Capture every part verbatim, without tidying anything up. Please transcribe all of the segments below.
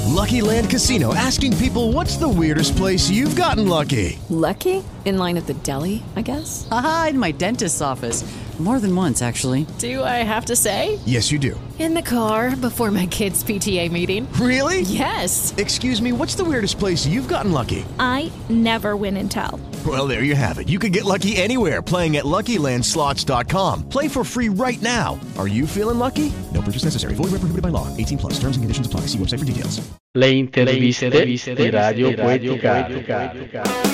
Lucky Land Casino, asking people, what's the weirdest place you've gotten lucky? Lucky? In line at the deli, I guess? Aha, in my dentist's office. More than once, actually. Do I have to say? Yes, you do. In the car before my kids' P T A meeting. Really? Yes. Excuse me, what's the weirdest place you've gotten lucky? I never win and tell. Well, there you have it. You can get lucky anywhere, playing at Lucky Land Slots dot com. Play for free right now. Are you feeling lucky? No purchase necessary. Void where prohibited by law. eighteen plus. Terms and conditions apply. See website for details. Le interviste di Radio Poetica.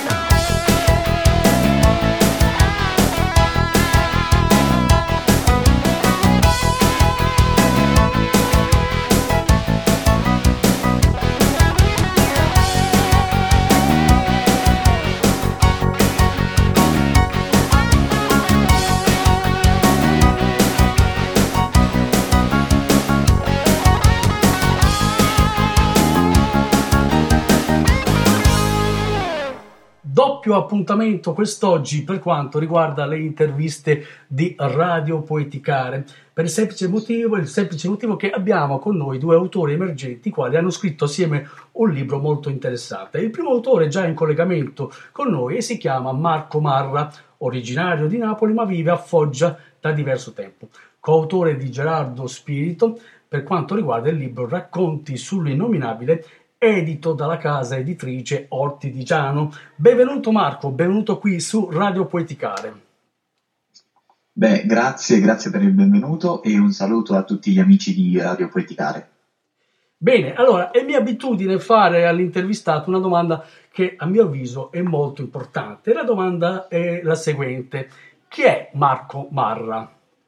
Doppio appuntamento quest'oggi per quanto riguarda le interviste di Radio Poeticare, per il semplice motivo, il semplice motivo che abbiamo con noi due autori emergenti, i quali hanno scritto assieme un libro molto interessante. Il primo autore è già in collegamento con noi e si chiama Marco Marra, originario di Napoli ma vive a Foggia da diverso tempo, coautore di Gerardo Spirito per quanto riguarda il libro Racconti sull'innominabile, edito dalla casa editrice Orti di Giano. Benvenuto Marco, benvenuto qui su Radio Poeticare. Beh, grazie, grazie per il benvenuto e un saluto a tutti gli amici di Radio Poeticare. Bene, allora è mia abitudine fare all'intervistato una domanda che a mio avviso è molto importante. La domanda è la seguente: chi è Marco Marra?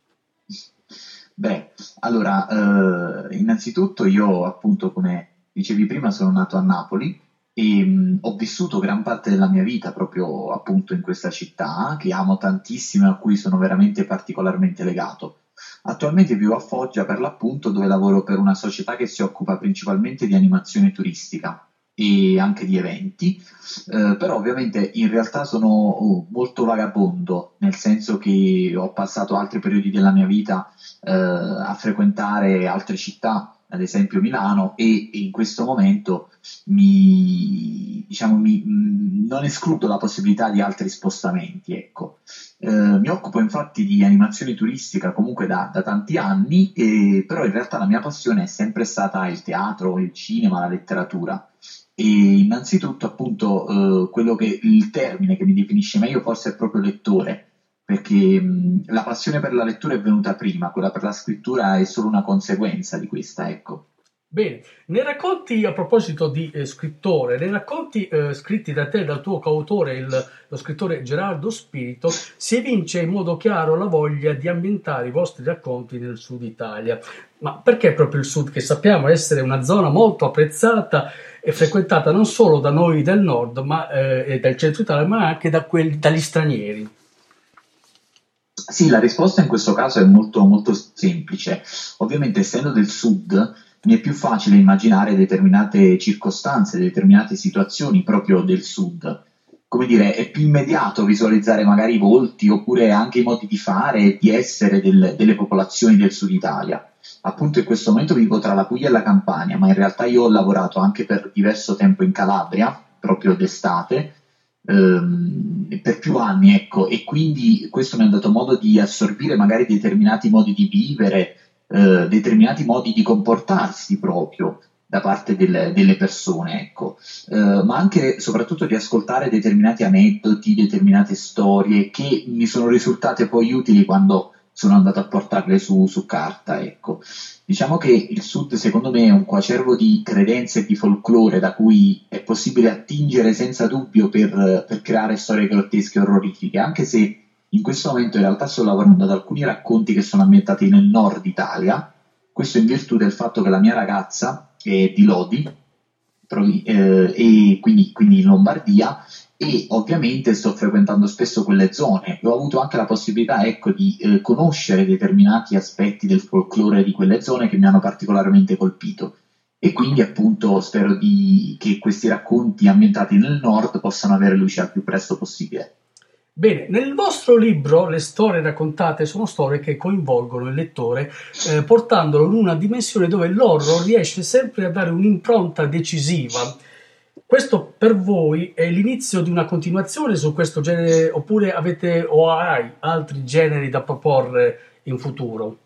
Beh, allora, eh, innanzitutto io appunto come dicevi prima sono nato a Napoli e mh, ho vissuto gran parte della mia vita proprio appunto in questa città che amo tantissimo e a cui sono veramente particolarmente legato. Attualmente vivo a Foggia per l'appunto, dove lavoro per una società che si occupa principalmente di animazione turistica e anche di eventi, eh, però ovviamente in realtà sono oh, molto vagabondo, nel senso che ho passato altri periodi della mia vita eh, a frequentare altre città, ad esempio Milano, e in questo momento mi, diciamo, mi, non escludo la possibilità di altri spostamenti, ecco. Eh, mi occupo infatti di animazione turistica comunque da, da tanti anni, e, però in realtà la mia passione è sempre stata il teatro, il cinema, la letteratura. E innanzitutto appunto eh, quello che il termine che mi definisce meglio forse è proprio lettore, perché mh, la passione per la lettura è venuta prima, quella per la scrittura è solo una conseguenza di questa, ecco. Bene, nei racconti, a proposito di eh, scrittore, nei racconti eh, scritti da te, dal tuo coautore, il, lo scrittore Gerardo Spirito, si evince in modo chiaro la voglia di ambientare i vostri racconti nel sud Italia. Ma perché proprio il sud, che sappiamo essere una zona molto apprezzata e frequentata non solo da noi del nord, ma eh, e del centro Italia, ma anche da quelli, dagli stranieri? Sì, la risposta in questo caso è molto, molto semplice. Ovviamente, essendo del sud, mi è più facile immaginare determinate circostanze, determinate situazioni proprio del sud. Come dire, è più immediato visualizzare magari i volti oppure anche i modi di fare e di essere del, delle popolazioni del sud Italia. Appunto in questo momento vivo tra la Puglia e la Campania, ma in realtà io ho lavorato anche per diverso tempo in Calabria, proprio d'estate, ehm, per più anni, ecco, e quindi questo mi ha dato modo di assorbire magari determinati modi di vivere, eh, determinati modi di comportarsi proprio da parte delle, delle persone, ecco, eh, ma anche soprattutto di ascoltare determinati aneddoti, determinate storie che mi sono risultate poi utili quando sono andato a portarle su, su carta, ecco. Diciamo che il Sud secondo me è un coacervo di credenze e di folklore da cui è possibile attingere senza dubbio per, per creare storie grottesche e orrorifiche, anche se in questo momento in realtà sto lavorando ad alcuni racconti che sono ambientati nel nord Italia, questo in virtù del fatto che la mia ragazza è di Lodi, eh, e quindi, quindi in Lombardia, e ovviamente sto frequentando spesso quelle zone e ho avuto anche la possibilità, ecco, di eh, conoscere determinati aspetti del folklore di quelle zone che mi hanno particolarmente colpito, e quindi appunto spero di, che questi racconti ambientati nel nord possano avere luce al più presto possibile. Bene, nel vostro libro le storie raccontate sono storie che coinvolgono il lettore, eh, portandolo in una dimensione dove l'horror riesce sempre a dare un'impronta decisiva. Questo per voi è l'inizio di una continuazione su questo genere, oppure avete o hai altri generi da proporre in futuro?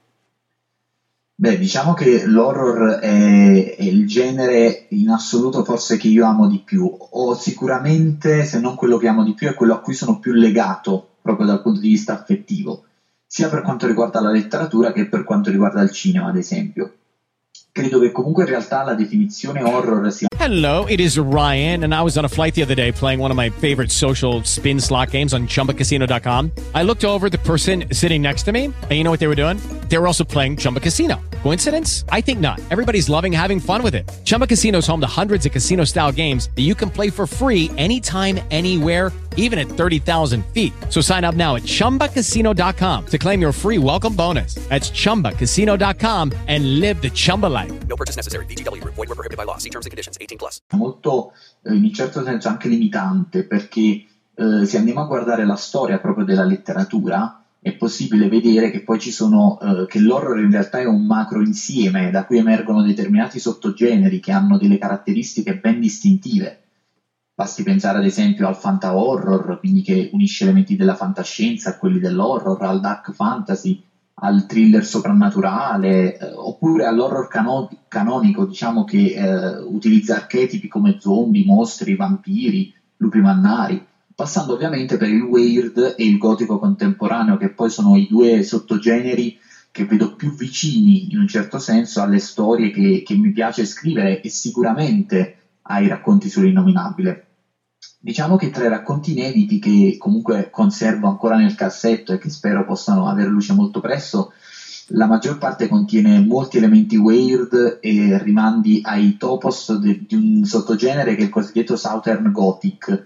Beh, diciamo che l'horror è, è il genere in assoluto forse che io amo di più, o sicuramente, se non quello che amo di più, è quello a cui sono più legato, proprio dal punto di vista affettivo, sia per quanto riguarda la letteratura che per quanto riguarda il cinema, ad esempio. Credo che comunque in realtà la definizione horror sia... Hello, it is Ryan, and I was on a flight the other day playing one of my favorite social spin slot games on Chumba Casino dot com. I looked over at the person sitting next to me, and you know what they were doing? They were also playing Chumba Casino. Coincidence? I think not. Everybody's loving having fun with it. Chumba Casino is home to hundreds of casino-style games that you can play for free anytime, anywhere, even at thirty thousand feet. So sign up now at Chumba Casino dot com to claim your free welcome bonus. That's Chumba Casino dot com and live the Chumba life. No purchase necessary. V G W Group. Void where prohibited by law. See terms and conditions. eighteen plus. Molto, eh, in un certo senso, anche limitante, perché eh, se andiamo a guardare la storia proprio della letteratura, è possibile vedere che poi ci sono, eh, che l'horror in realtà è un macro insieme da cui emergono determinati sottogeneri che hanno delle caratteristiche ben distintive. Basti pensare ad esempio al fanta horror, quindi che unisce elementi della fantascienza a quelli dell'horror, al dark fantasy, al thriller soprannaturale, eh, oppure all'horror cano- canonico, diciamo che eh, utilizza archetipi come zombie, mostri, vampiri, lupi mannari, passando ovviamente per il weird e il gotico contemporaneo, che poi sono i due sottogeneri che vedo più vicini, in un certo senso, alle storie che, che mi piace scrivere e sicuramente ai racconti sull'innominabile. Diciamo che tra i racconti inediti che comunque conservo ancora nel cassetto e che spero possano avere luce molto presto, la maggior parte contiene molti elementi weird e rimandi ai topos de- di un sottogenere che è il cosiddetto Southern Gothic.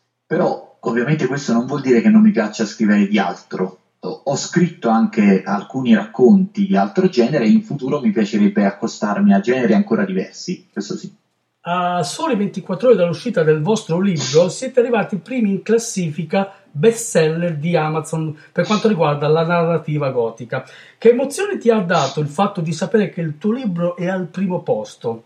Però ovviamente questo non vuol dire che non mi piaccia scrivere di altro. Ho scritto anche alcuni racconti di altro genere e in futuro mi piacerebbe accostarmi a generi ancora diversi, questo sì. A sole ventiquattro ore dall'uscita del vostro libro siete arrivati primi in classifica bestseller di Amazon per quanto riguarda la narrativa gotica. Che emozione ti ha dato il fatto di sapere che il tuo libro è al primo posto?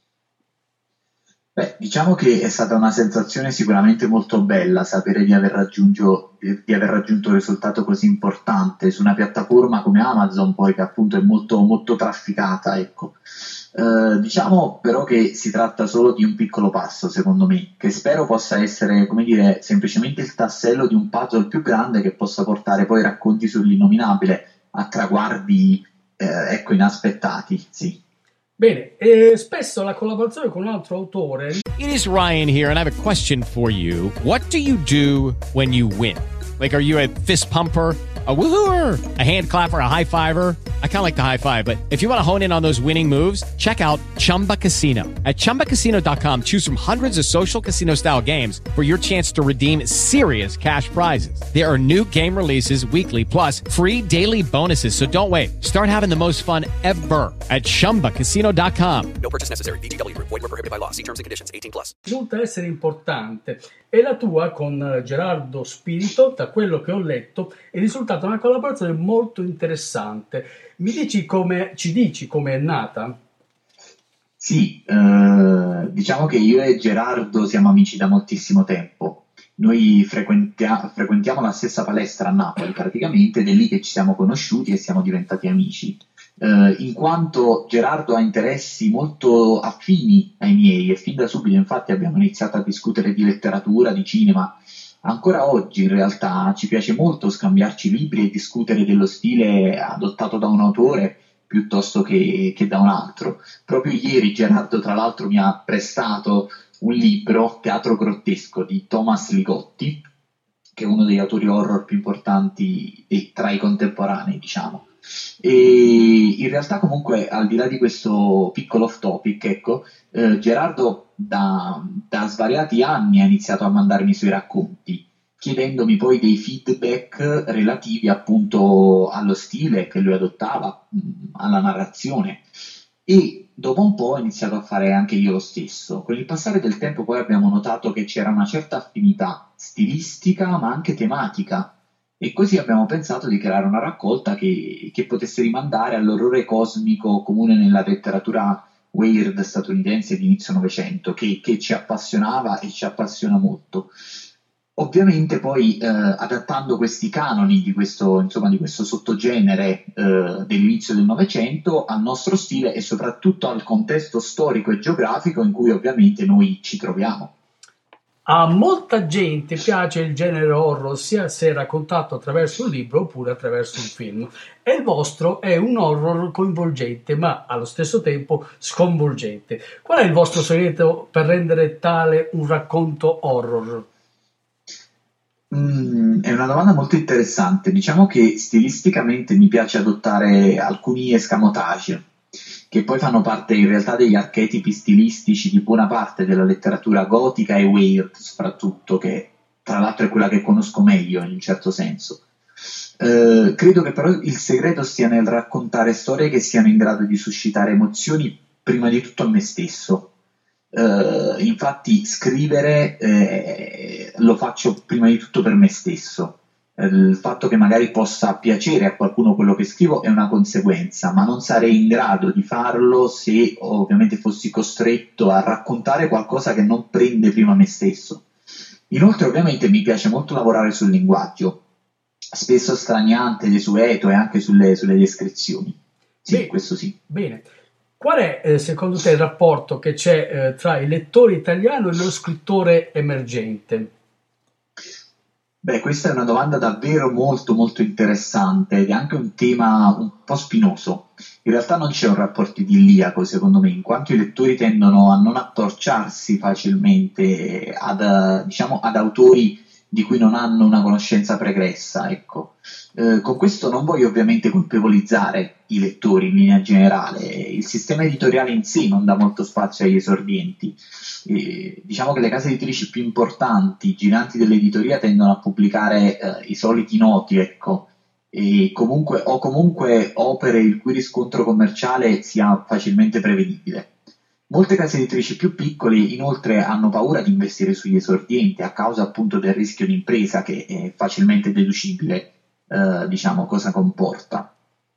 Beh, diciamo che è stata una sensazione sicuramente molto bella sapere di aver raggiunto, di aver raggiunto un risultato così importante su una piattaforma come Amazon, poi che appunto è molto, molto trafficata, ecco. Uh, diciamo però che si tratta solo di un piccolo passo, secondo me, che spero possa essere, come dire, semplicemente il tassello di un puzzle più grande che possa portare poi racconti sull'innominabile a traguardi eh, ecco, inaspettati, sì. Bene, e spesso la collaborazione con un altro autore. It is Ryan here, and I have a question for you. What do you do when you win? Like, are you a fist pumper, a woohooer, a hand clapper, a high fiver? I kind of like the high five, but if you want to hone in on those winning moves, check out Chumba Casino. At Chumba Casino dot com, choose from hundreds of social casino-style games for your chance to redeem serious cash prizes. There are new game releases weekly, plus free daily bonuses, so don't wait. Start having the most fun ever at Chumba Casino dot com. No purchase necessary. V G W Group. Void where prohibited by law. See terms and conditions. eighteen plus. Risulta essere importante e la tua con Gerardo Spirito, da quello che ho letto, è risultata una collaborazione molto interessante. Mi dici come, ci dici come è nata? Sì, eh, diciamo che io e Gerardo siamo amici da moltissimo tempo. Noi frequentia- frequentiamo la stessa palestra a Napoli praticamente ed è lì che ci siamo conosciuti e siamo diventati amici. Eh, in quanto Gerardo ha interessi molto affini ai miei e fin da subito infatti abbiamo iniziato a discutere di letteratura, di cinema. Ancora oggi in realtà ci piace molto scambiarci libri e discutere dello stile adottato da un autore piuttosto che, che da un altro. Proprio ieri Gerardo tra l'altro mi ha prestato un libro, Teatro grottesco, di Thomas Ligotti, che è uno degli autori horror più importanti e tra i contemporanei, diciamo. E in realtà comunque al di là di questo piccolo off topic, ecco, eh, Gerardo da, da svariati anni ha iniziato a mandarmi i suoi racconti, chiedendomi poi dei feedback relativi appunto allo stile che lui adottava, mh, alla narrazione, e dopo un po' ho iniziato a fare anche io lo stesso. Con il passare del tempo poi abbiamo notato che c'era una certa affinità stilistica ma anche tematica e così abbiamo pensato di creare una raccolta che, che potesse rimandare all'orrore cosmico comune nella letteratura weird statunitense di inizio Novecento, che, che ci appassionava e ci appassiona molto. Ovviamente poi eh, adattando questi canoni di questo, insomma, di questo sottogenere eh, dell'inizio del Novecento al nostro stile e soprattutto al contesto storico e geografico in cui ovviamente noi ci troviamo. A molta gente piace il genere horror sia se raccontato attraverso un libro oppure attraverso un film, e il vostro è un horror coinvolgente ma allo stesso tempo sconvolgente. Qual è il vostro segreto per rendere tale un racconto horror? Mm, è una domanda molto interessante. Diciamo che stilisticamente mi piace adottare alcuni escamotage che poi fanno parte in realtà degli archetipi stilistici di buona parte della letteratura gotica e weird, soprattutto, che tra l'altro è quella che conosco meglio in un certo senso. Eh, credo che però il segreto stia nel raccontare storie che siano in grado di suscitare emozioni prima di tutto a me stesso. Uh, infatti scrivere eh, lo faccio prima di tutto per me stesso. Eh, il fatto che magari possa piacere a qualcuno quello che scrivo è una conseguenza, ma non sarei in grado di farlo se ovviamente fossi costretto a raccontare qualcosa che non prende prima me stesso. Inoltre ovviamente mi piace molto lavorare sul linguaggio, spesso straniante, desueto e anche sulle, sulle descrizioni. Sì, Beh, questo sì. Bene. Qual è eh, secondo te il rapporto che c'è eh, tra il lettore italiano e lo scrittore emergente? Beh, questa è una domanda davvero molto molto interessante ed è anche un tema un po' spinoso. In realtà non c'è un rapporto idilliaco secondo me, in quanto i lettori tendono a non approcciarsi facilmente ad, diciamo, ad autori di cui non hanno una conoscenza pregressa, ecco. Eh, con questo non voglio ovviamente colpevolizzare i lettori in linea generale, il sistema editoriale in sé non dà molto spazio agli esordienti. Eh, diciamo che le case editrici più importanti, giganti dell'editoria, tendono a pubblicare eh, i soliti noti, ecco, e comunque, o comunque opere il cui riscontro commerciale sia facilmente prevedibile. Molte case editrici più piccole inoltre hanno paura di investire sugli esordienti a causa appunto del rischio di impresa che è facilmente deducibile, eh, diciamo, cosa comporta.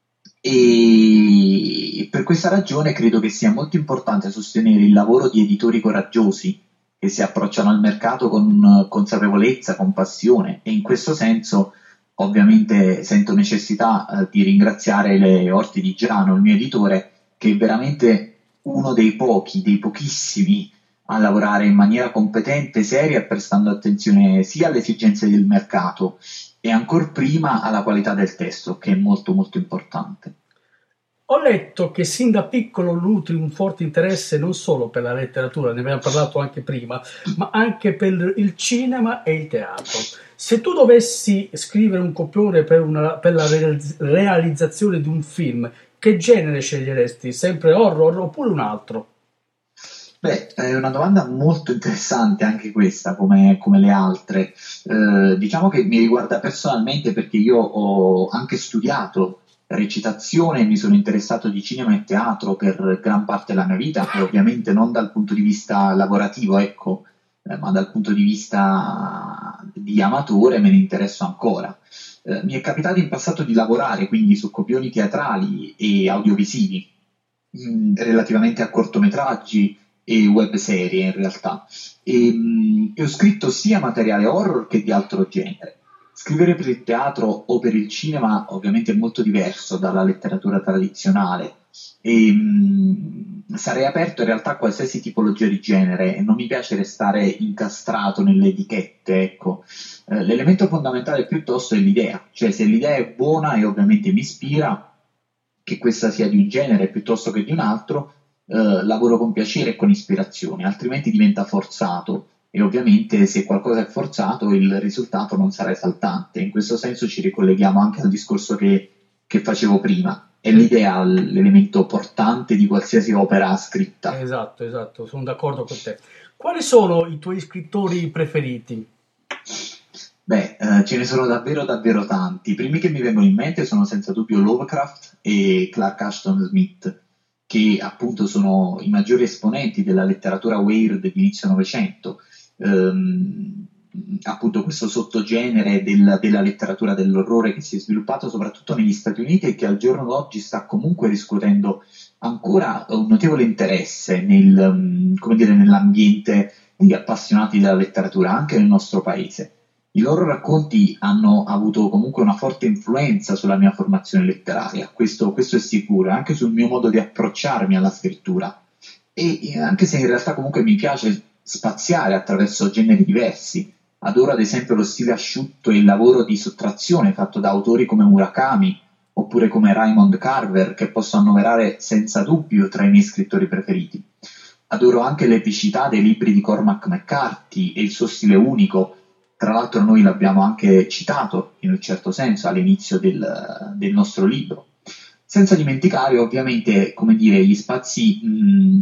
E per questa ragione credo che sia molto importante sostenere il lavoro di editori coraggiosi che si approcciano al mercato con consapevolezza, con passione, e in questo senso ovviamente sento necessità eh, di ringraziare le Orti di Giano, il mio editore, che è veramente uno dei pochi, dei pochissimi a lavorare in maniera competente, seria e prestando attenzione sia alle esigenze del mercato e ancor prima alla qualità del testo, che è molto molto importante. Ho letto che sin da piccolo nutri un forte interesse non solo per la letteratura, ne abbiamo parlato anche prima, ma anche per il cinema e il teatro. Se tu dovessi scrivere un copione per, una, per la realizzazione di un film, che genere sceglieresti? Sempre horror oppure un altro? Beh, è una domanda molto interessante anche questa, come, come le altre. Eh, diciamo che mi riguarda personalmente perché io ho anche studiato recitazione e mi sono interessato di cinema e teatro per gran parte della mia vita, e ovviamente non dal punto di vista lavorativo, ecco, eh, ma dal punto di vista di amatore me ne interesso ancora. Eh, mi è capitato in passato di lavorare quindi su copioni teatrali e audiovisivi, mh, relativamente a cortometraggi e webserie in realtà, e, mh, e ho scritto sia materiale horror che di altro genere. Scrivere per il teatro o per il cinema ovviamente è molto diverso dalla letteratura tradizionale e mh, sarei aperto in realtà a qualsiasi tipologia di genere e non mi piace restare incastrato nelle etichette, ecco. Eh, l'elemento fondamentale piuttosto è l'idea, cioè se l'idea è buona e ovviamente mi ispira, che questa sia di un genere piuttosto che di un altro, eh, lavoro con piacere e con ispirazione, altrimenti diventa forzato. E ovviamente se qualcosa è forzato il risultato non sarà esaltante. In questo senso ci ricolleghiamo anche al discorso che, che facevo prima. È l'idea l'elemento portante di qualsiasi opera scritta. Esatto, esatto, sono d'accordo con te. Quali sono i tuoi scrittori preferiti? Beh, eh, ce ne sono davvero davvero tanti. I primi che mi vengono in mente sono senza dubbio Lovecraft e Clark Ashton Smith, che appunto sono i maggiori esponenti della letteratura weird di inizio Novecento, ehm, appunto questo sottogenere del, della letteratura dell'orrore che si è sviluppato soprattutto negli Stati Uniti e che al giorno d'oggi sta comunque riscuotendo ancora un notevole interesse nel, come dire, nell'ambiente degli appassionati della letteratura, anche nel nostro paese. I loro racconti hanno avuto comunque una forte influenza sulla mia formazione letteraria, questo, questo è sicuro, anche sul mio modo di approcciarmi alla scrittura. E anche se in realtà comunque mi piace spaziare attraverso generi diversi, adoro ad esempio lo stile asciutto e il lavoro di sottrazione fatto da autori come Murakami oppure come Raymond Carver, che posso annoverare senza dubbio tra i miei scrittori preferiti. Adoro anche l'epicità dei libri di Cormac McCarthy e il suo stile unico. Tra l'altro noi l'abbiamo anche citato in un certo senso all'inizio del, del nostro libro. Senza dimenticare ovviamente, come dire, gli spazi mh,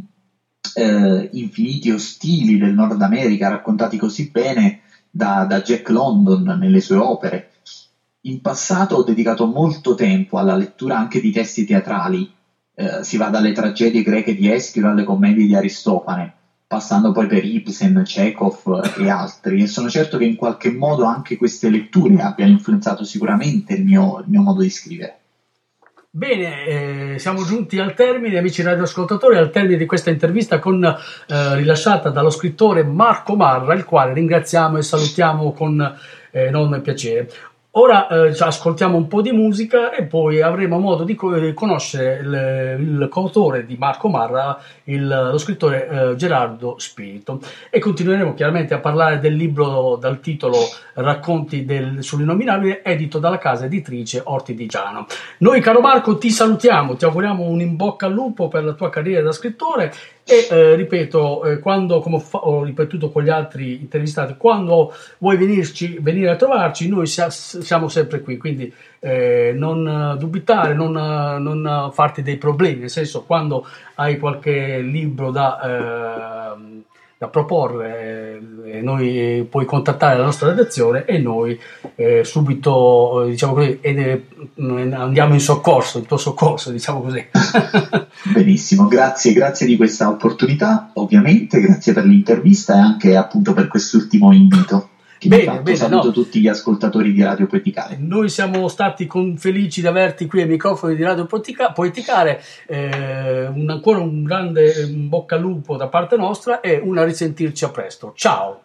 eh, infiniti e ostili del Nord America raccontati così bene da, da Jack London nelle sue opere. In passato ho dedicato molto tempo alla lettura anche di testi teatrali, eh, si va dalle tragedie greche di Eschilo alle commedie di Aristofane, passando poi per Ibsen, Chekhov e altri, e sono certo che in qualche modo anche queste letture abbiano influenzato sicuramente il mio, il mio modo di scrivere. Bene, eh, siamo giunti al termine, amici radioascoltatori, al termine di questa intervista con, eh, rilasciata dallo scrittore Marco Marra, il quale ringraziamo e salutiamo con eh, enorme piacere. Ora eh, ascoltiamo un po' di musica e poi avremo modo di co- conoscere il, il coautore di Marco Marra, il, lo scrittore eh, Gerardo Spirito, e continueremo chiaramente a parlare del libro dal titolo Racconti del, sull'innominabile, edito dalla casa editrice Orti di Giano. Noi, caro Marco, ti salutiamo, ti auguriamo un in bocca al lupo per la tua carriera da scrittore e eh, ripeto, eh, quando, come ho, fa- ho ripetuto con gli altri intervistati, quando vuoi venirci, venire a trovarci, noi sia- siamo sempre qui, quindi eh, non dubitare, non, non farti dei problemi, nel senso, quando hai qualche libro da, eh, da proporre, eh, noi puoi contattare la nostra redazione e noi eh, subito, diciamo così, eh, andiamo in soccorso, in tuo soccorso, diciamo così. Benissimo, grazie, grazie di questa opportunità, ovviamente, grazie per l'intervista e anche appunto per quest'ultimo invito. Che bene, fatto, bene, saluto no. tutti gli ascoltatori di Radio Poeticare. Noi siamo stati con, felici di averti qui ai microfoni di Radio Poetica, Poeticare, eh, un, ancora un grande in bocca al lupo da parte nostra e una risentirci a presto. Ciao!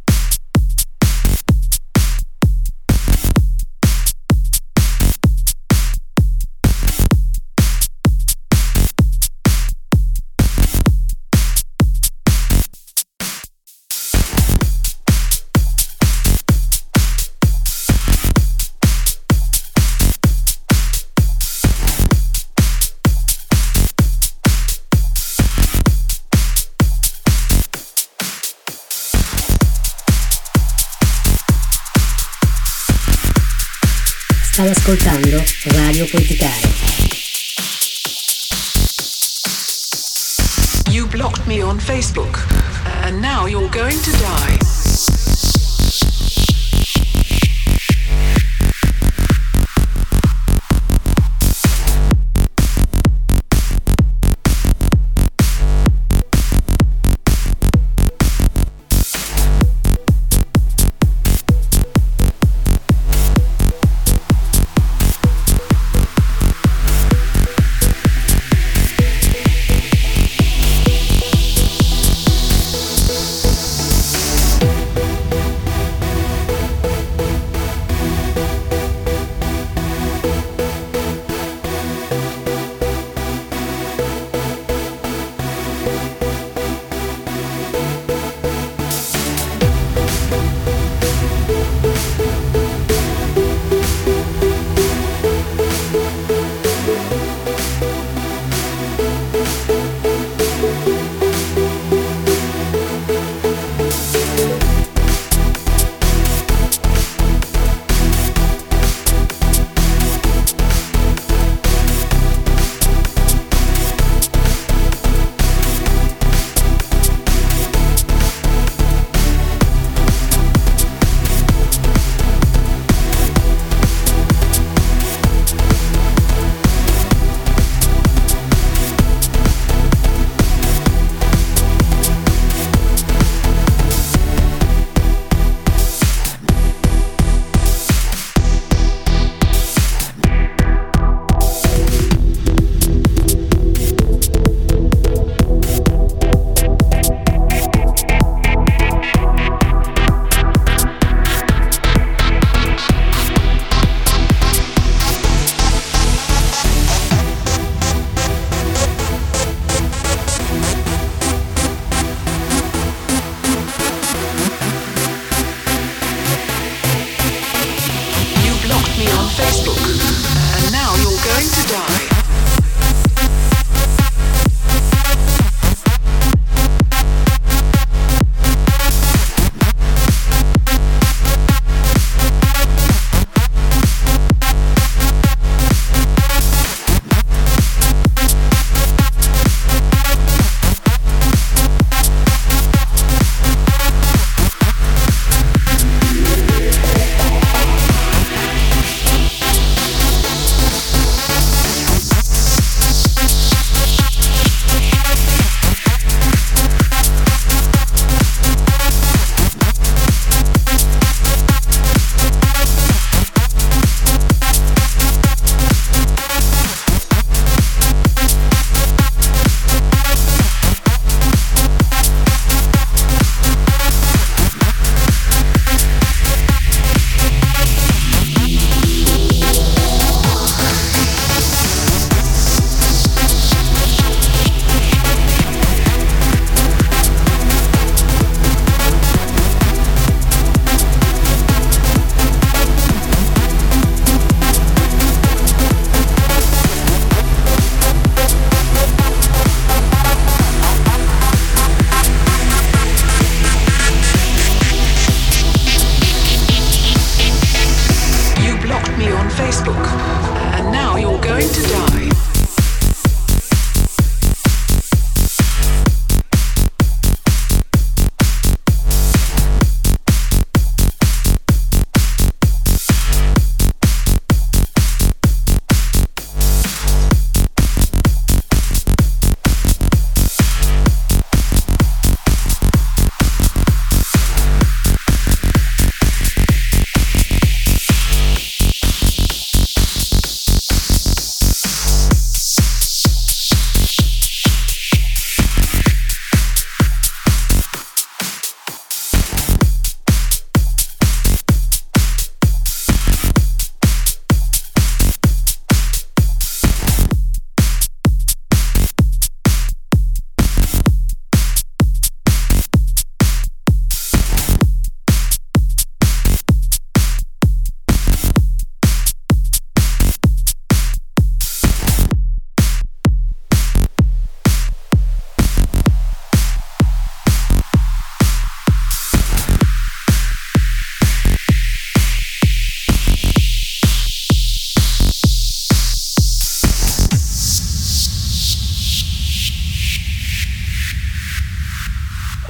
Stai ascoltando Radio Poeticare. You blocked me on Facebook, and now you're going to die.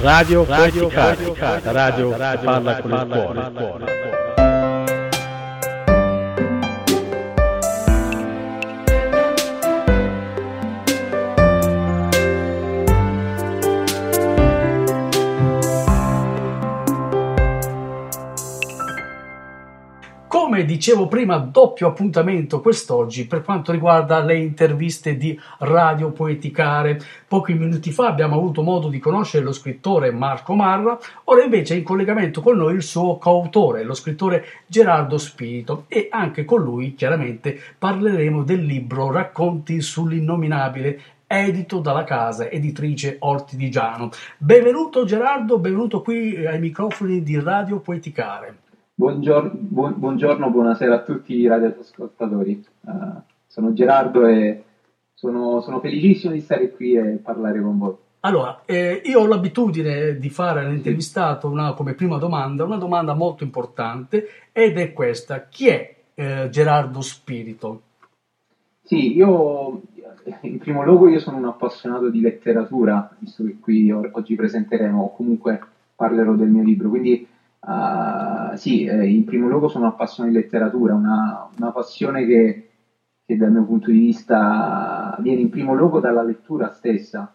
Radio Poeticare, la radio che parla con il cuore. Come dicevo prima, doppio appuntamento quest'oggi per quanto riguarda le interviste di Radio Poeticare. Pochi minuti fa abbiamo avuto modo di conoscere lo scrittore Marco Marra, ora invece è in collegamento con noi il suo coautore, lo scrittore Gerardo Spirito, e anche con lui chiaramente parleremo del libro Racconti sull'innominabile, edito dalla casa editrice Ortigiano. Benvenuto Gerardo, benvenuto qui ai microfoni di Radio Poeticare. Buongiorno, buon, buongiorno, buonasera a tutti i radioascoltatori. Uh, sono Gerardo e sono, sono felicissimo di stare qui e parlare con voi. Allora, eh, io ho l'abitudine di fare all'intervistato una, come prima domanda, una domanda molto importante, ed è questa: chi è eh, Gerardo Spirito? Sì, io in primo luogo io sono un appassionato di letteratura, visto che qui oggi presenteremo, o comunque parlerò del mio libro, quindi Uh, sì, eh, in primo luogo sono appassionato di letteratura, una, una passione che, che dal mio punto di vista viene in primo luogo dalla lettura stessa.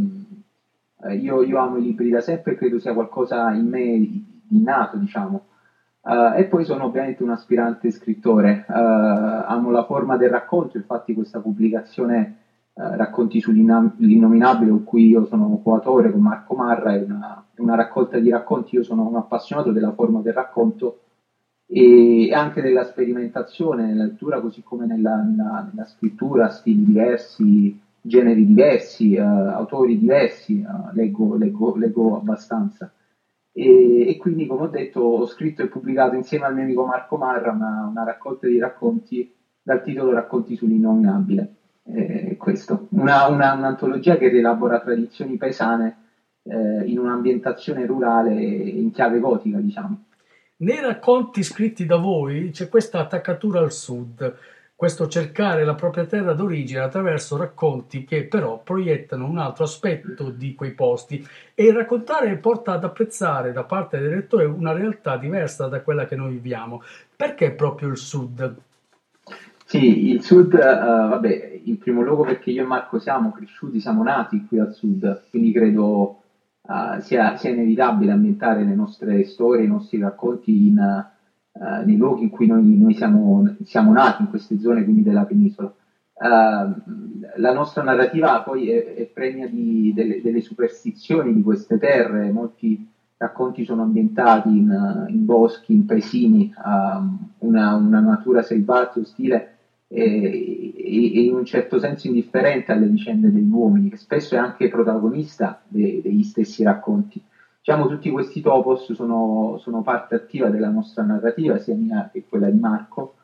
Eh, io, io amo i libri da sempre e credo sia qualcosa in me innato, diciamo. Uh, e poi sono ovviamente un aspirante scrittore, uh, amo la forma del racconto, infatti questa pubblicazione uh, Racconti sull'innominabile, con cui io sono coautore con Marco Marra, è una una raccolta di racconti. Io sono un appassionato della forma del racconto e anche della sperimentazione nella lettura, così come nella, nella, nella scrittura, stili diversi, generi diversi, uh, autori diversi, uh, leggo, leggo, leggo abbastanza. E, e quindi, come ho detto, ho scritto e pubblicato insieme al mio amico Marco Marra una, una raccolta di racconti dal titolo Racconti sull'innominabile. Eh, questo, una, una, un'antologia che rielabora tradizioni paesane Eh, in un'ambientazione rurale in chiave gotica, diciamo. Nei racconti scritti da voi c'è questa attaccatura al sud, questo cercare la propria terra d'origine attraverso racconti che però proiettano un altro aspetto di quei posti, e il raccontare porta ad apprezzare da parte del lettore una realtà diversa da quella che noi viviamo. Perché proprio il sud? Sì, il sud, uh, vabbè, in primo luogo perché io e Marco siamo cresciuti, siamo nati qui al sud, quindi credo Uh, sia, sia inevitabile ambientare le nostre storie, i nostri racconti in, uh, nei luoghi in cui noi, noi siamo, siamo nati, in queste zone quindi della penisola. Uh, la nostra narrativa poi è, è pregna di, delle, delle superstizioni di queste terre, molti racconti sono ambientati in, in boschi, in paesini, uh, una, una natura selvaggia, ostile e, e in un certo senso indifferente alle vicende degli uomini, che spesso è anche protagonista de, degli stessi racconti. Diciamo, tutti questi topos sono, sono parte attiva della nostra narrativa, sia mia che quella di Marco,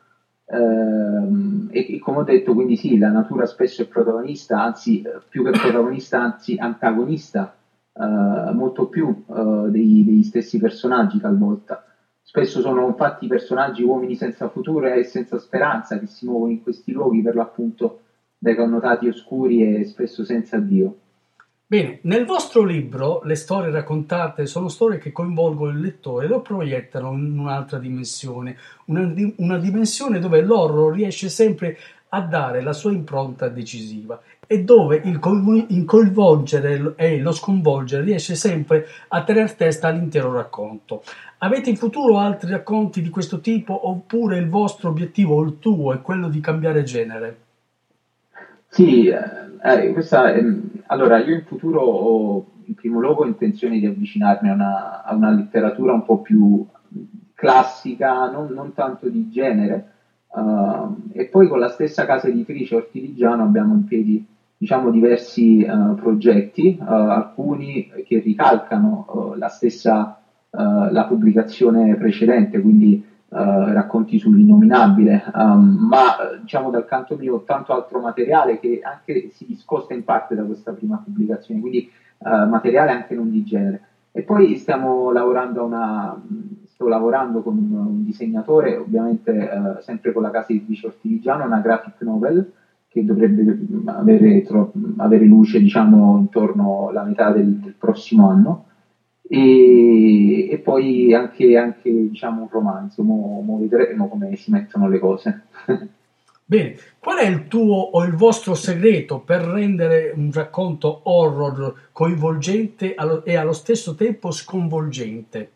ehm, e, e come ho detto, quindi sì, la natura spesso è protagonista, anzi più che protagonista, anzi antagonista, eh, molto più eh, dei, degli stessi personaggi talvolta. Spesso sono infatti personaggi, uomini senza futuro e senza speranza, che si muovono in questi luoghi per l'appunto dai connotati oscuri e spesso senza Dio. Bene, nel vostro libro le storie raccontate sono storie che coinvolgono il lettore e lo proiettano in un'altra dimensione, una, una dimensione dove l'horror riesce sempre a dare la sua impronta decisiva e dove il, coinvol- il coinvolgere e lo sconvolgere riesce sempre a tener testa all'intero racconto. Avete in futuro altri racconti di questo tipo, oppure il vostro obiettivo, o il tuo, è quello di cambiare genere? Sì, eh, questa, eh, allora io in futuro ho in primo luogo intenzione di avvicinarmi a una, a una letteratura un po' più classica, non, non tanto di genere, uh, e poi con la stessa casa editrice Ortigiano abbiamo in piedi, diciamo, diversi uh, progetti, uh, alcuni che ricalcano uh, la stessa Uh, la pubblicazione precedente, quindi uh, Racconti sull'innominabile, um, ma diciamo dal canto mio ho tanto altro materiale che anche si discosta in parte da questa prima pubblicazione, quindi uh, materiale anche non di genere. E poi stiamo lavorando a una sto lavorando con un, un disegnatore, ovviamente uh, sempre con la casa editrice Ortigiano, una graphic novel che dovrebbe avere, tro- avere luce, diciamo, intorno alla metà del, del prossimo anno. e, e poi anche, anche diciamo un romanzo, mo, mo vedremo come si mettono le cose. Bene, qual è il tuo o il vostro segreto per rendere un racconto horror coinvolgente allo- e allo stesso tempo sconvolgente?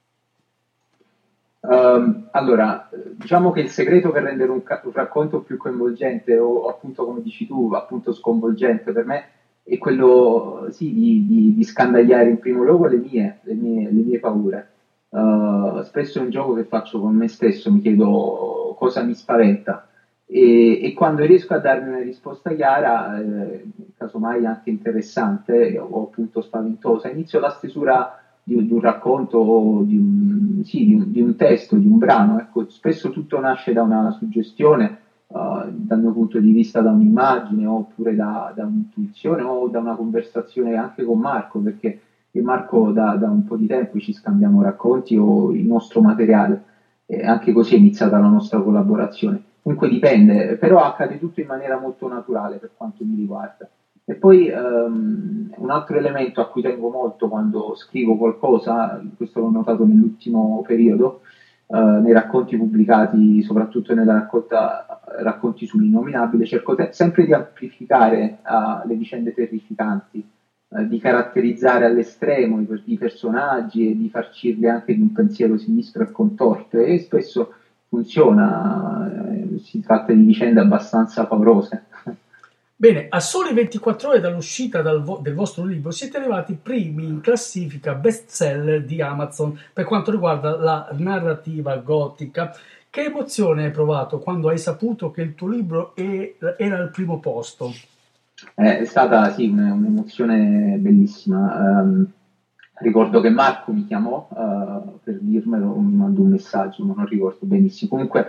Um, allora, diciamo che il segreto per rendere un, ca- un racconto più coinvolgente o appunto come dici tu, appunto sconvolgente per me è quello sì, di, di- di scandagliare in primo luogo le mie, le mie, le mie paure. Uh, spesso è un gioco che faccio con me stesso, mi chiedo cosa mi spaventa e, e quando riesco a darmi una risposta chiara, eh, casomai anche interessante o appunto spaventosa, inizio la stesura di, di un racconto, o di un, sì, di un, di un testo, di un brano. Ecco, spesso tutto nasce da una suggestione, uh, dal mio punto di vista da un'immagine, oppure da, da un'intuizione o da una conversazione anche con Marco, perché io e Marco da, da un po' di tempo ci scambiamo racconti o il nostro materiale, e anche così è iniziata la nostra collaborazione. Comunque dipende, però accade tutto in maniera molto naturale per quanto mi riguarda. E poi um, un altro elemento a cui tengo molto quando scrivo qualcosa, questo l'ho notato nell'ultimo periodo, uh, nei racconti pubblicati, soprattutto nella raccolta Racconti sull'innominabile, cerco te- sempre di amplificare uh, le vicende terrificanti, uh, di caratterizzare all'estremo i, i personaggi e di farcirli anche di un pensiero sinistro e contorto, e spesso funziona, eh, si tratta di vicende abbastanza paurose. Bene, a sole ventiquattro ore dall'uscita dal vo- del vostro libro siete arrivati primi in classifica bestseller di Amazon per quanto riguarda la narrativa gotica. Che emozione hai provato quando hai saputo che il tuo libro è- era al primo posto? Eh, È stata sì, un- un'emozione bellissima. Ehm, ricordo che Marco mi chiamò eh, per dirmelo, mi mandò un messaggio, ma non ricordo benissimo. Comunque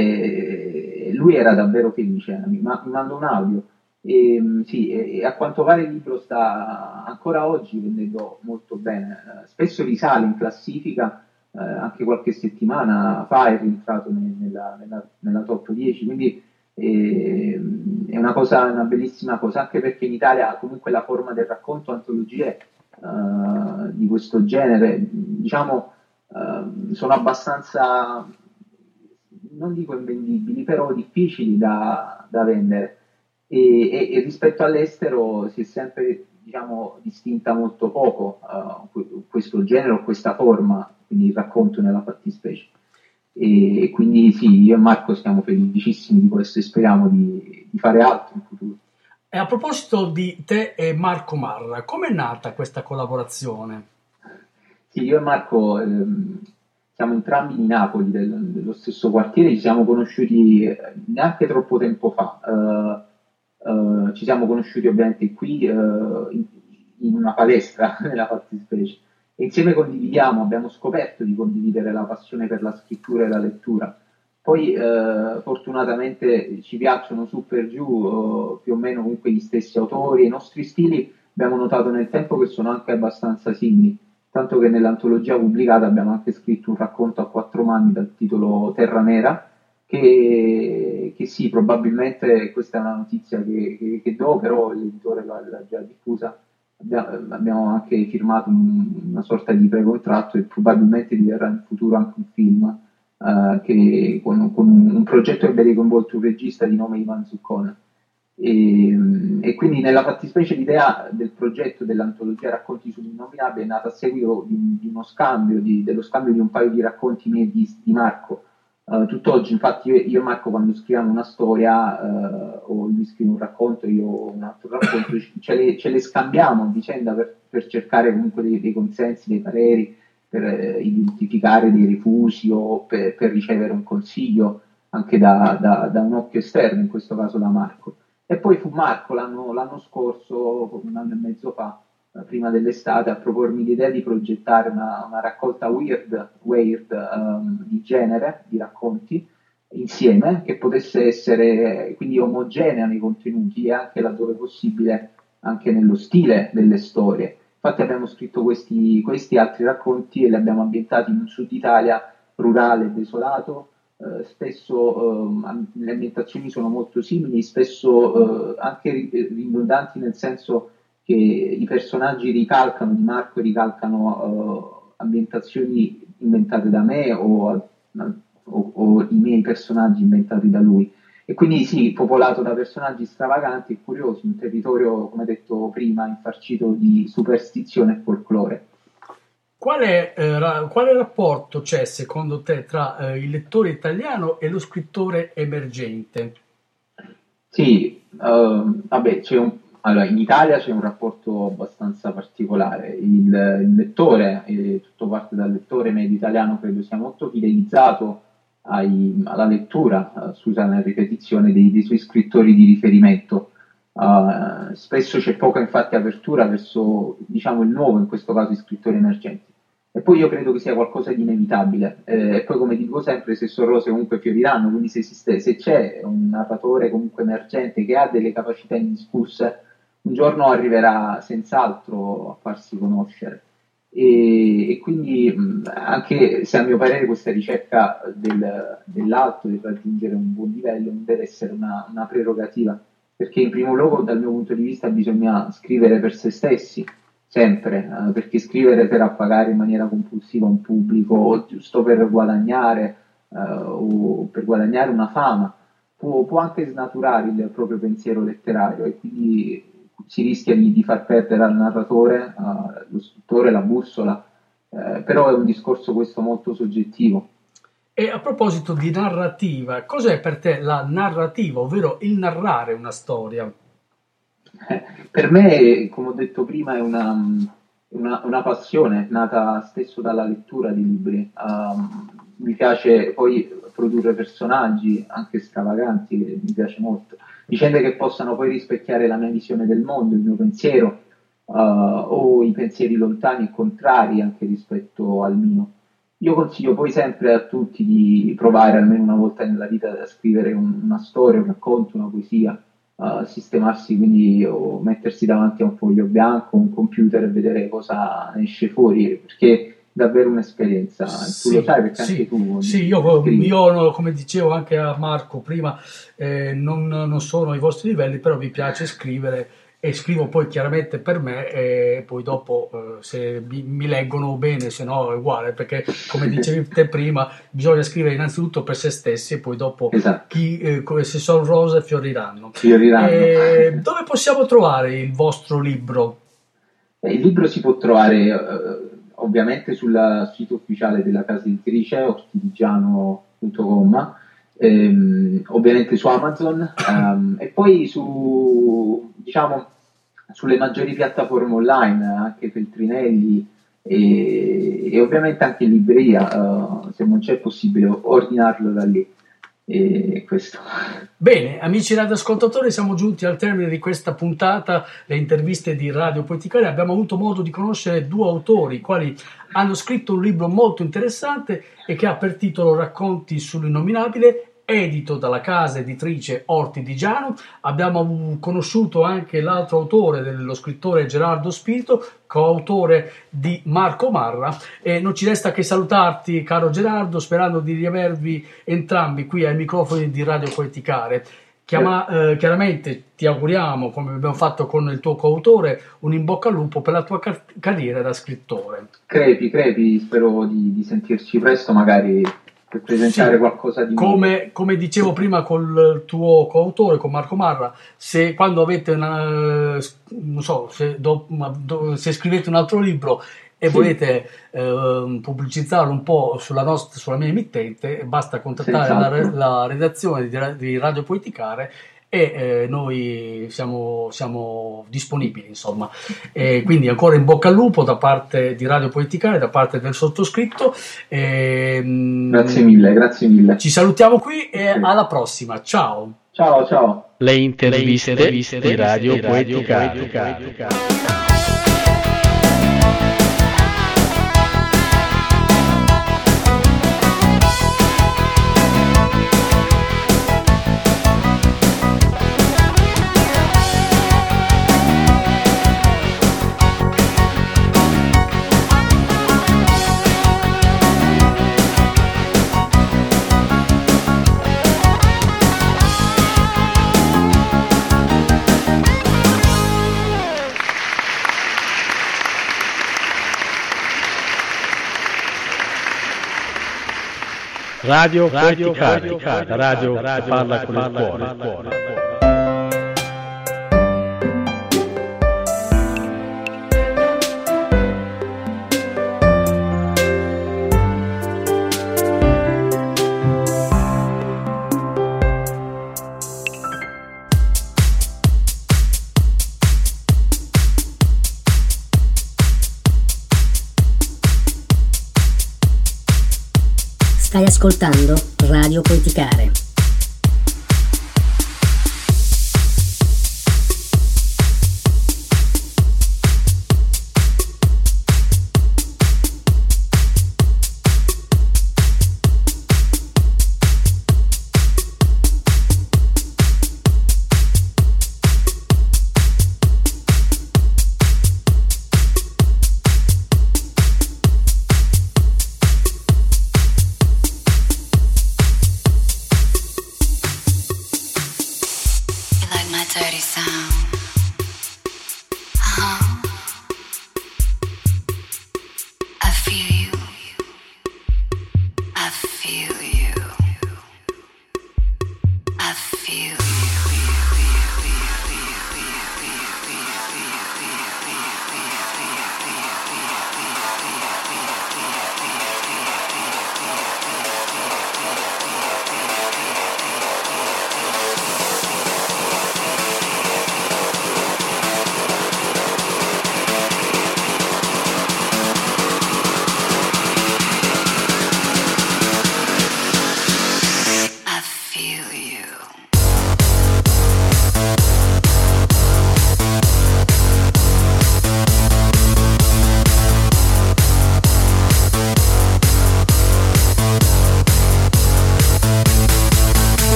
eh, lui era davvero felice, mi, ma- mi mandò un audio. E, mh, sì, e, e a quanto pare il libro sta ancora oggi vendendo molto bene. Eh, spesso risale in classifica, eh, anche qualche settimana fa è rientrato ne- nella, nella- nella top dieci, quindi e, è una cosa, una bellissima cosa, anche perché in Italia comunque la forma del racconto, antologie eh, di questo genere, diciamo, eh, sono abbastanza, non dico invendibili, però difficili da, da vendere. E, e- e rispetto all'estero si è sempre, diciamo, distinta molto poco eh, que- questo genere o questa forma, quindi il racconto nella fattispecie. E, e quindi sì, io e Marco siamo felicissimi di questo e speriamo di, di fare altro in futuro. E a proposito di te e Marco Marra, com'è nata questa collaborazione? Sì, io e Marco ehm, siamo entrambi di Napoli, del- dello stesso quartiere, ci siamo conosciuti eh, neanche troppo tempo fa. Eh, eh, ci siamo conosciuti ovviamente qui eh, in, in una palestra, nella fattispecie. E insieme condividiamo, abbiamo scoperto di condividere la passione per la scrittura e la lettura. Poi eh, fortunatamente ci piacciono su per giù eh, più o meno comunque gli stessi autori, e i nostri stili abbiamo notato nel tempo che sono anche abbastanza simili, tanto che nell'antologia pubblicata abbiamo anche scritto un racconto a quattro mani dal titolo Terra Nera, che, che sì, probabilmente questa è una notizia che, che- che do, però l'editore l'ha, l'ha già diffusa. Abbiamo, abbiamo anche firmato un- una sorta di precontratto e probabilmente diverrà in futuro anche un film eh, che, con, con un progetto che vede coinvolto un regista di nome Ivan Zuccone. E, e quindi nella fattispecie l'idea del progetto dell'antologia Racconti sull'innominabile è nata a seguito di, di uno scambio, di- dello scambio di un paio di racconti miei di, di Marco. Eh, tutt'oggi, infatti, io, io e Marco quando scriviamo una storia eh, o lui scrive un racconto, io un altro racconto, ce le, ce le scambiamo a vicenda per, per cercare comunque dei, dei consensi, dei pareri, per eh, identificare dei rifusi o per, per ricevere un consiglio anche da, da- da un occhio esterno, in questo caso da Marco. E poi fu Marco l'anno, l'anno scorso, un anno e mezzo fa, eh, prima dell'estate, a propormi l'idea di progettare una, una raccolta weird, weird ehm, di genere, di racconti, insieme, che potesse essere quindi omogenea nei contenuti e anche laddove possibile anche nello stile delle storie. Infatti abbiamo scritto questi, questi altri racconti e li abbiamo ambientati in un sud Italia rurale e desolato. Eh, spesso ehm, le ambientazioni sono molto simili, spesso eh, anche ri- ridondanti, nel senso che i personaggi ricalcano, di Marco ricalcano uh, ambientazioni inventate da me o, o, o i miei personaggi inventati da lui. E quindi sì, popolato da personaggi stravaganti e curiosi, un territorio, come detto prima, infarcito di superstizione e folklore. Quale, eh, ra- quale rapporto c'è secondo te tra eh, il lettore italiano e lo scrittore emergente? Sì, uh, vabbè, c'è un, allora, in Italia c'è un rapporto abbastanza particolare. Il, il lettore, e tutto parte dal lettore medio italiano, credo sia molto fidelizzato ai, alla lettura, uh, scusa la ripetizione, dei, dei suoi scrittori di riferimento. Uh, spesso c'è poca infatti apertura verso, diciamo, il nuovo, in questo caso i scrittori emergenti. E poi io credo che sia qualcosa di inevitabile. Eh, e poi, come dico sempre, se sono rose comunque fioriranno, quindi se, esiste, se c'è un narratore comunque emergente che ha delle capacità indiscusse, un giorno arriverà senz'altro a farsi conoscere. E, e quindi mh, anche se a mio parere questa ricerca del, dell'alto, di raggiungere un buon livello, non deve essere una, una prerogativa, perché in primo luogo dal mio punto di vista bisogna scrivere per se stessi, sempre, eh, perché scrivere per appagare in maniera compulsiva un pubblico o giusto per guadagnare eh, o per guadagnare una fama può, può anche snaturare il proprio pensiero letterario e quindi si rischia di, di far perdere al narratore, uh, lo scrittore, la bussola, eh, però è un discorso questo molto soggettivo. E a proposito di narrativa, cos'è per te la narrativa, ovvero il narrare una storia? Eh, per me, come ho detto prima, è una, una, una passione nata stesso dalla lettura di libri. Um, mi piace poi produrre personaggi anche stravaganti, che mi piace molto. Vicende che possano poi rispecchiare la mia visione del mondo, il mio pensiero, uh, o i pensieri lontani e contrari anche rispetto al mio. Io consiglio poi sempre a tutti di provare almeno una volta nella vita a scrivere un, una storia, un racconto, una poesia, uh, sistemarsi quindi o mettersi davanti a un foglio bianco, un computer e vedere cosa esce fuori, perché davvero un'esperienza, Sì, tu lo sai perché sì, anche tu sì, io, scrivi. io, come dicevo anche a Marco prima, eh, non, non sono ai vostri livelli, però mi piace scrivere e scrivo poi chiaramente per me e poi dopo eh, se mi, mi leggono bene, se no è uguale, perché come dicevi te prima bisogna scrivere innanzitutto per se stessi e poi dopo Esatto. chi, eh, come se sono rose fioriranno. Fioriranno. Eh, dove possiamo trovare il vostro libro? Eh, il libro si può trovare eh, ovviamente sul sito ufficiale della casa editrice ortidigiano punto com, ehm, ovviamente su Amazon ehm, e poi su, diciamo, sulle maggiori piattaforme online, anche Feltrinelli e, e ovviamente anche in libreria, eh, se non c'è possibile ordinarlo da lì. E questo. Bene, amici radioascoltatori, siamo giunti al termine di questa puntata, le interviste di Radio Poeticaria. Abbiamo avuto modo di conoscere due autori, i quali hanno scritto un libro molto interessante e che ha per titolo Racconti sull'innominabile, edito dalla casa editrice Ortidigiano. Abbiamo conosciuto anche l'altro autore, dello scrittore Gerardo Spirito, coautore di Marco Marra, e non ci resta che salutarti, caro Gerardo, sperando di riavervi entrambi qui ai microfoni di Radio Poeticare. Chiama, eh, chiaramente ti auguriamo, come abbiamo fatto con il tuo coautore, un in bocca al lupo per la tua car- carriera da scrittore. Crepi, crepi, spero di, di sentirci presto, magari per presentare Sì, qualcosa di come, nuovo. come dicevo prima col tuo coautore, con Marco Marra, se quando avete una, non so, se, do, do, se scrivete un altro libro e Sì. volete eh, pubblicizzarlo un po' sulla, nostra, sulla mia emittente, basta contattare la, Senz'altro. la redazione di, di Radio Poeticare e eh, noi siamo, siamo disponibili, insomma. E quindi ancora in bocca al lupo da parte di Radio Poeticare, da parte del sottoscritto. E, Grazie mille, grazie mille. ci salutiamo qui e alla prossima. Ciao. Ciao, ciao. Le interviste, Le interviste di Radio Poeticare. Radio Poeticare, la radio che parla con il cuore. Stai ascoltando Radio Poeticare.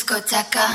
discoteca.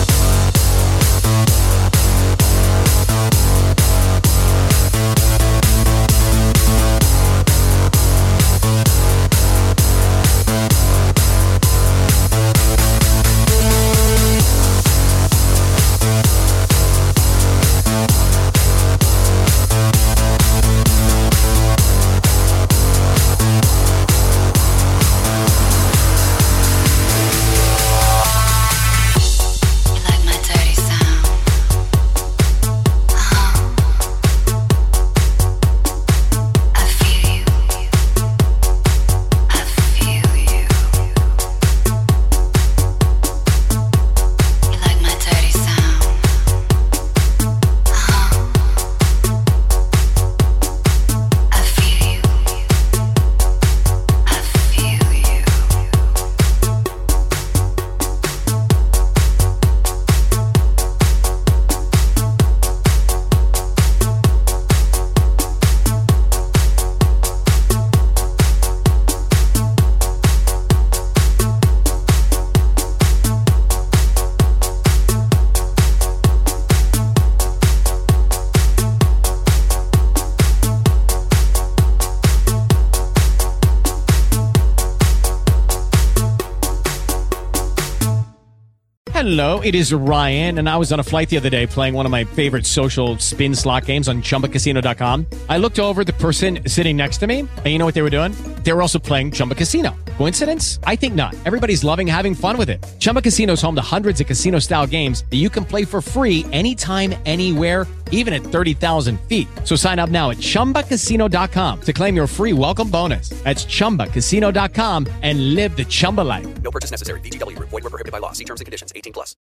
Hello, it is Ryan, and I was on a flight the other day playing one of my favorite social spin slot games on Chumba Casino dot com. I looked over at the person sitting next to me, and you know what they were doing? They were also playing Chumba Casino. Coincidence? I think not. Everybody's loving having fun with it. Chumba Casino is home to hundreds of casino-style games that you can play for free anytime, anywhere, even at thirty thousand feet. So sign up now at Chumba Casino dot com to claim your free welcome bonus. That's Chumba Casino dot com and live the Chumba life. No purchase necessary. V G W. Void where prohibited by law. See terms and conditions. eighteen plus.